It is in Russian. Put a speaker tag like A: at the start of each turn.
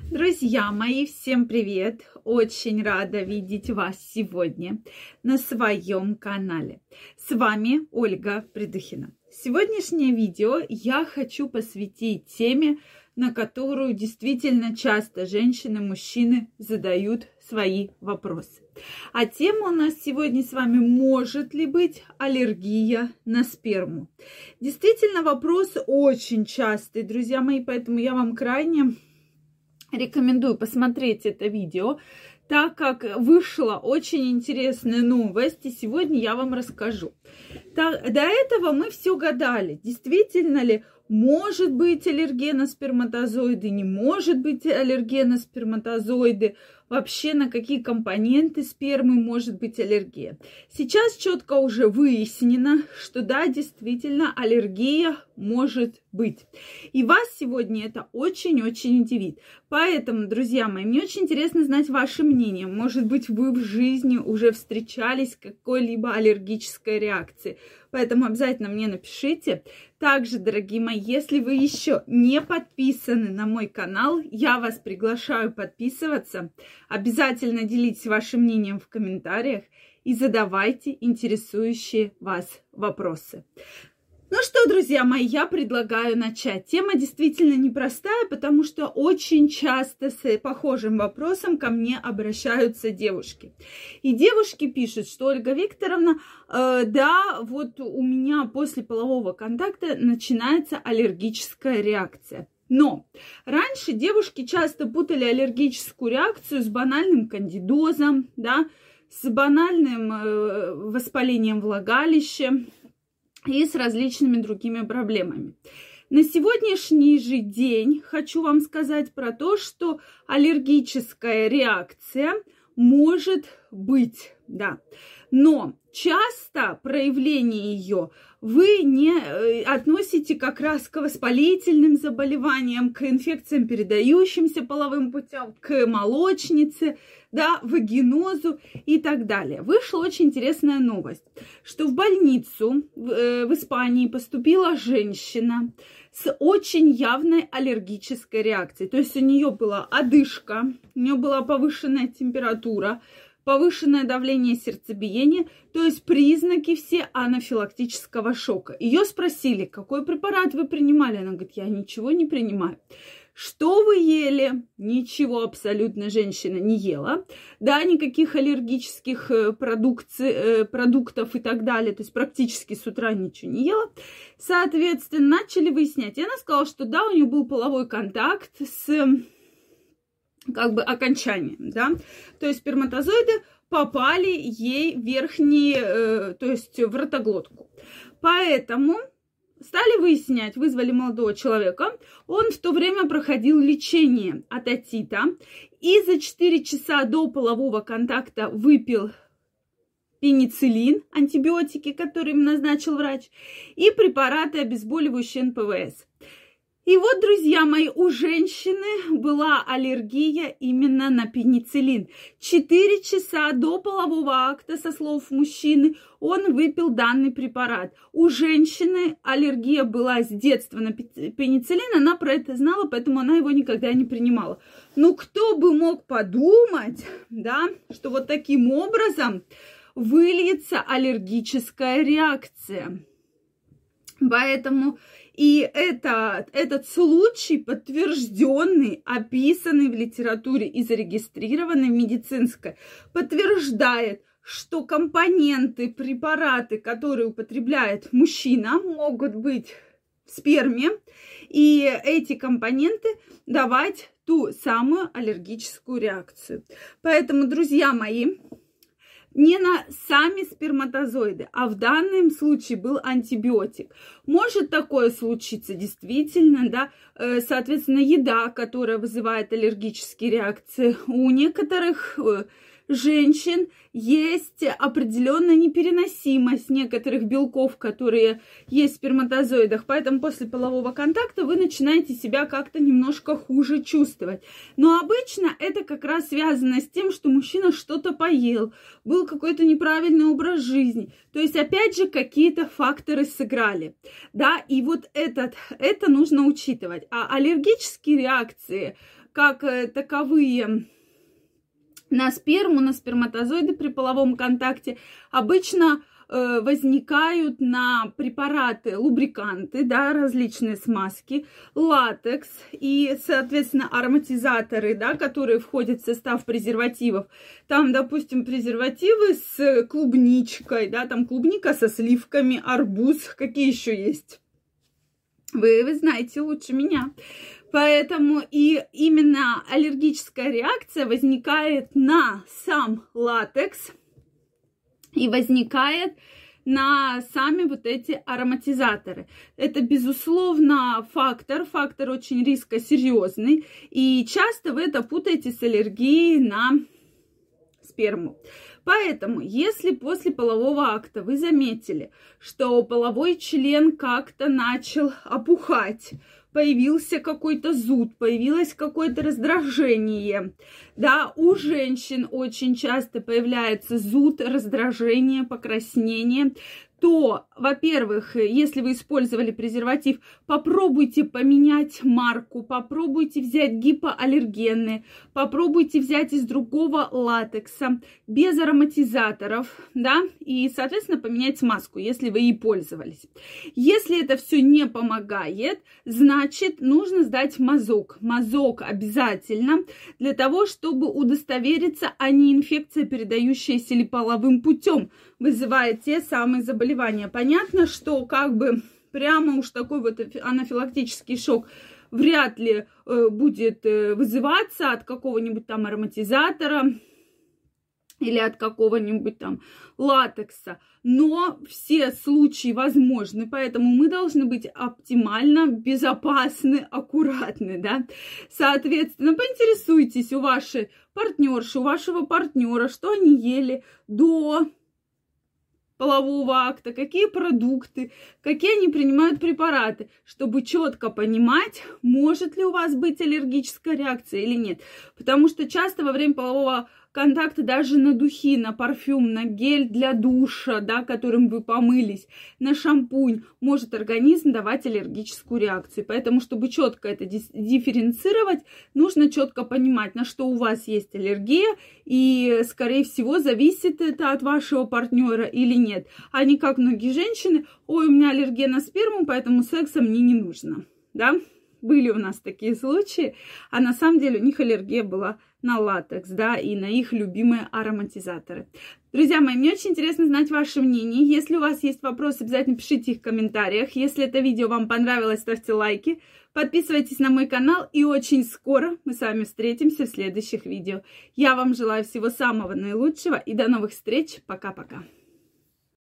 A: Друзья мои, всем привет! Очень рада видеть вас сегодня на своем канале. С вами Ольга Придухина. Сегодняшнее видео я хочу посвятить теме, на которую действительно часто женщины, мужчины задают свои вопросы. А тема у нас сегодня с вами: может ли быть аллергия на сперму? Действительно, вопрос очень частый, друзья мои, поэтому я вам крайне рекомендую посмотреть это видео, так как вышла очень интересная новость, и сегодня я вам расскажу. До этого мы все гадали, действительно ли может быть аллергия на сперматозоиды, не может быть аллергия на сперматозоиды, вообще на какие компоненты спермы может быть аллергия. Сейчас четко уже выяснено, что да, действительно аллергия может быть. И вас сегодня это очень-очень удивит. Поэтому, друзья мои, мне очень интересно знать ваше мнение. Может быть, вы в жизни уже встречались с какой-либо аллергической реакцией. Поэтому обязательно мне напишите. Также, дорогие мои, если вы еще не подписаны на мой канал, я вас приглашаю подписываться. Обязательно делитесь вашим мнением в комментариях и задавайте интересующие вас вопросы. Ну что, друзья мои, я предлагаю начать. Тема действительно непростая, потому что очень часто с похожим вопросом ко мне обращаются девушки. И девушки пишут, что: Ольга Викторовна, да, вот у меня после полового контакта начинается аллергическая реакция. Но раньше девушки часто путали аллергическую реакцию с банальным кандидозом, да, с банальным воспалением влагалища и с различными другими проблемами. На сегодняшний же день хочу вам сказать про то, что аллергическая реакция может быть, да, но часто проявление ее вы не относите как раз к воспалительным заболеваниям, к инфекциям, передающимся половым путем, к молочнице, да, вагинозу и так далее. Вышла очень интересная новость, что в больницу в Испании поступила женщина с очень явной аллергической реакцией. То есть у нее была одышка, у нее была повышенная температура, повышенное давление, сердцебиение, то есть признаки все анафилактического шока. Ее спросили: какой препарат вы принимали? Она говорит: я ничего не принимаю. Что вы ели? Ничего абсолютно женщина не ела. Да, никаких аллергических продуктов и так далее. То есть практически с утра ничего не ела. Соответственно, начали выяснять. И она сказала, что да, у нее был половой контакт с окончанием, да. То есть сперматозоиды попали ей в верхние, то есть в ротоглотку. Поэтому стали выяснять, вызвали молодого человека. Он в то время проходил лечение от отита. И за 4 часа до полового контакта выпил пенициллин, антибиотики, которые им назначил врач, и препараты обезболивающие НПВС. И вот, друзья мои, у женщины была аллергия именно на пенициллин. 4 часа до полового акта, со слов мужчины, он выпил данный препарат. У женщины аллергия была с детства на пенициллин, она про это знала, поэтому она его никогда не принимала. Но кто бы мог подумать, да, что вот таким образом выльется аллергическая реакция. Поэтому и этот случай подтвержденный, описанный в литературе и зарегистрированный в медицинской, подтверждает, что компоненты, препараты, которые употребляет мужчина, могут быть в сперме, и эти компоненты давать ту самую аллергическую реакцию. Поэтому, друзья мои, не на сами сперматозоиды, а в данном случае был антибиотик. Может такое случиться действительно, да, соответственно, еда, которая вызывает аллергические реакции. У некоторых женщин есть определенная непереносимость некоторых белков, которые есть в сперматозоидах. Поэтому после полового контакта вы начинаете себя как-то немножко хуже чувствовать. Но обычно это как раз связано с тем, что мужчина что-то поел, был какой-то неправильный образ жизни. То есть, опять же, какие-то факторы сыграли. Да, и вот это нужно учитывать. А аллергические реакции как таковые на сперму, на сперматозоиды при половом контакте, обычно возникают на препараты, лубриканты, да, различные смазки, латекс и, соответственно, ароматизаторы, да, которые входят в состав презервативов. Там, допустим, презервативы с клубничкой, да, там клубника со сливками, арбуз, какие еще есть? Вы знаете лучше меня. Поэтому и именно аллергическая реакция возникает на сам латекс и возникает на сами вот эти ароматизаторы. Это, безусловно, фактор очень рискосерьезный. И часто вы это путаете с аллергией на сперму. Поэтому, если после полового акта вы заметили, что половой член как-то начал опухать, появился какой-то зуд, появилось какое-то раздражение, да, у женщин очень часто появляется зуд, раздражение, покраснение, то, во-первых, если вы использовали презерватив, попробуйте поменять марку, попробуйте взять гипоаллергенные, попробуйте взять из другого латекса, без ароматизаторов, да, и, соответственно, поменять смазку, если вы ей пользовались. Если это все не помогает, значит, нужно сдать мазок. Мазок обязательно для того, чтобы удостовериться, а не инфекция, передающаяся ли половым путем, вызывает те самые заболевания. Понятно, что как бы прямо уж такой вот анафилактический шок вряд ли будет вызываться от какого-нибудь там ароматизатора или от какого-нибудь там латекса. Но все случаи возможны, поэтому мы должны быть оптимально безопасны, аккуратны, да. Соответственно, поинтересуйтесь у вашей партнерши, у вашего партнера, что они ели до полового акта, какие продукты, какие они принимают препараты, чтобы четко понимать, может ли у вас быть аллергическая реакция или нет. Потому что часто во время полового контакта даже на духи, на парфюм, на гель для душа, да, которым вы помылись, на шампунь может организм давать аллергическую реакцию. Поэтому, чтобы четко это дифференцировать, нужно четко понимать, на что у вас есть аллергия, и, скорее всего, зависит это от вашего партнера или нет. А не как многие женщины: ой, у меня аллергия на сперму, поэтому секса мне не нужно, да. Были у нас такие случаи, а на самом деле у них аллергия была на латекс, да, и на их любимые ароматизаторы. Друзья мои, мне очень интересно знать ваше мнение. Если у вас есть вопросы, обязательно пишите их в комментариях. Если это видео вам понравилось, ставьте лайки, подписывайтесь на мой канал, и очень скоро мы с вами встретимся в следующих видео. Я вам желаю всего самого наилучшего и до новых встреч. Пока-пока.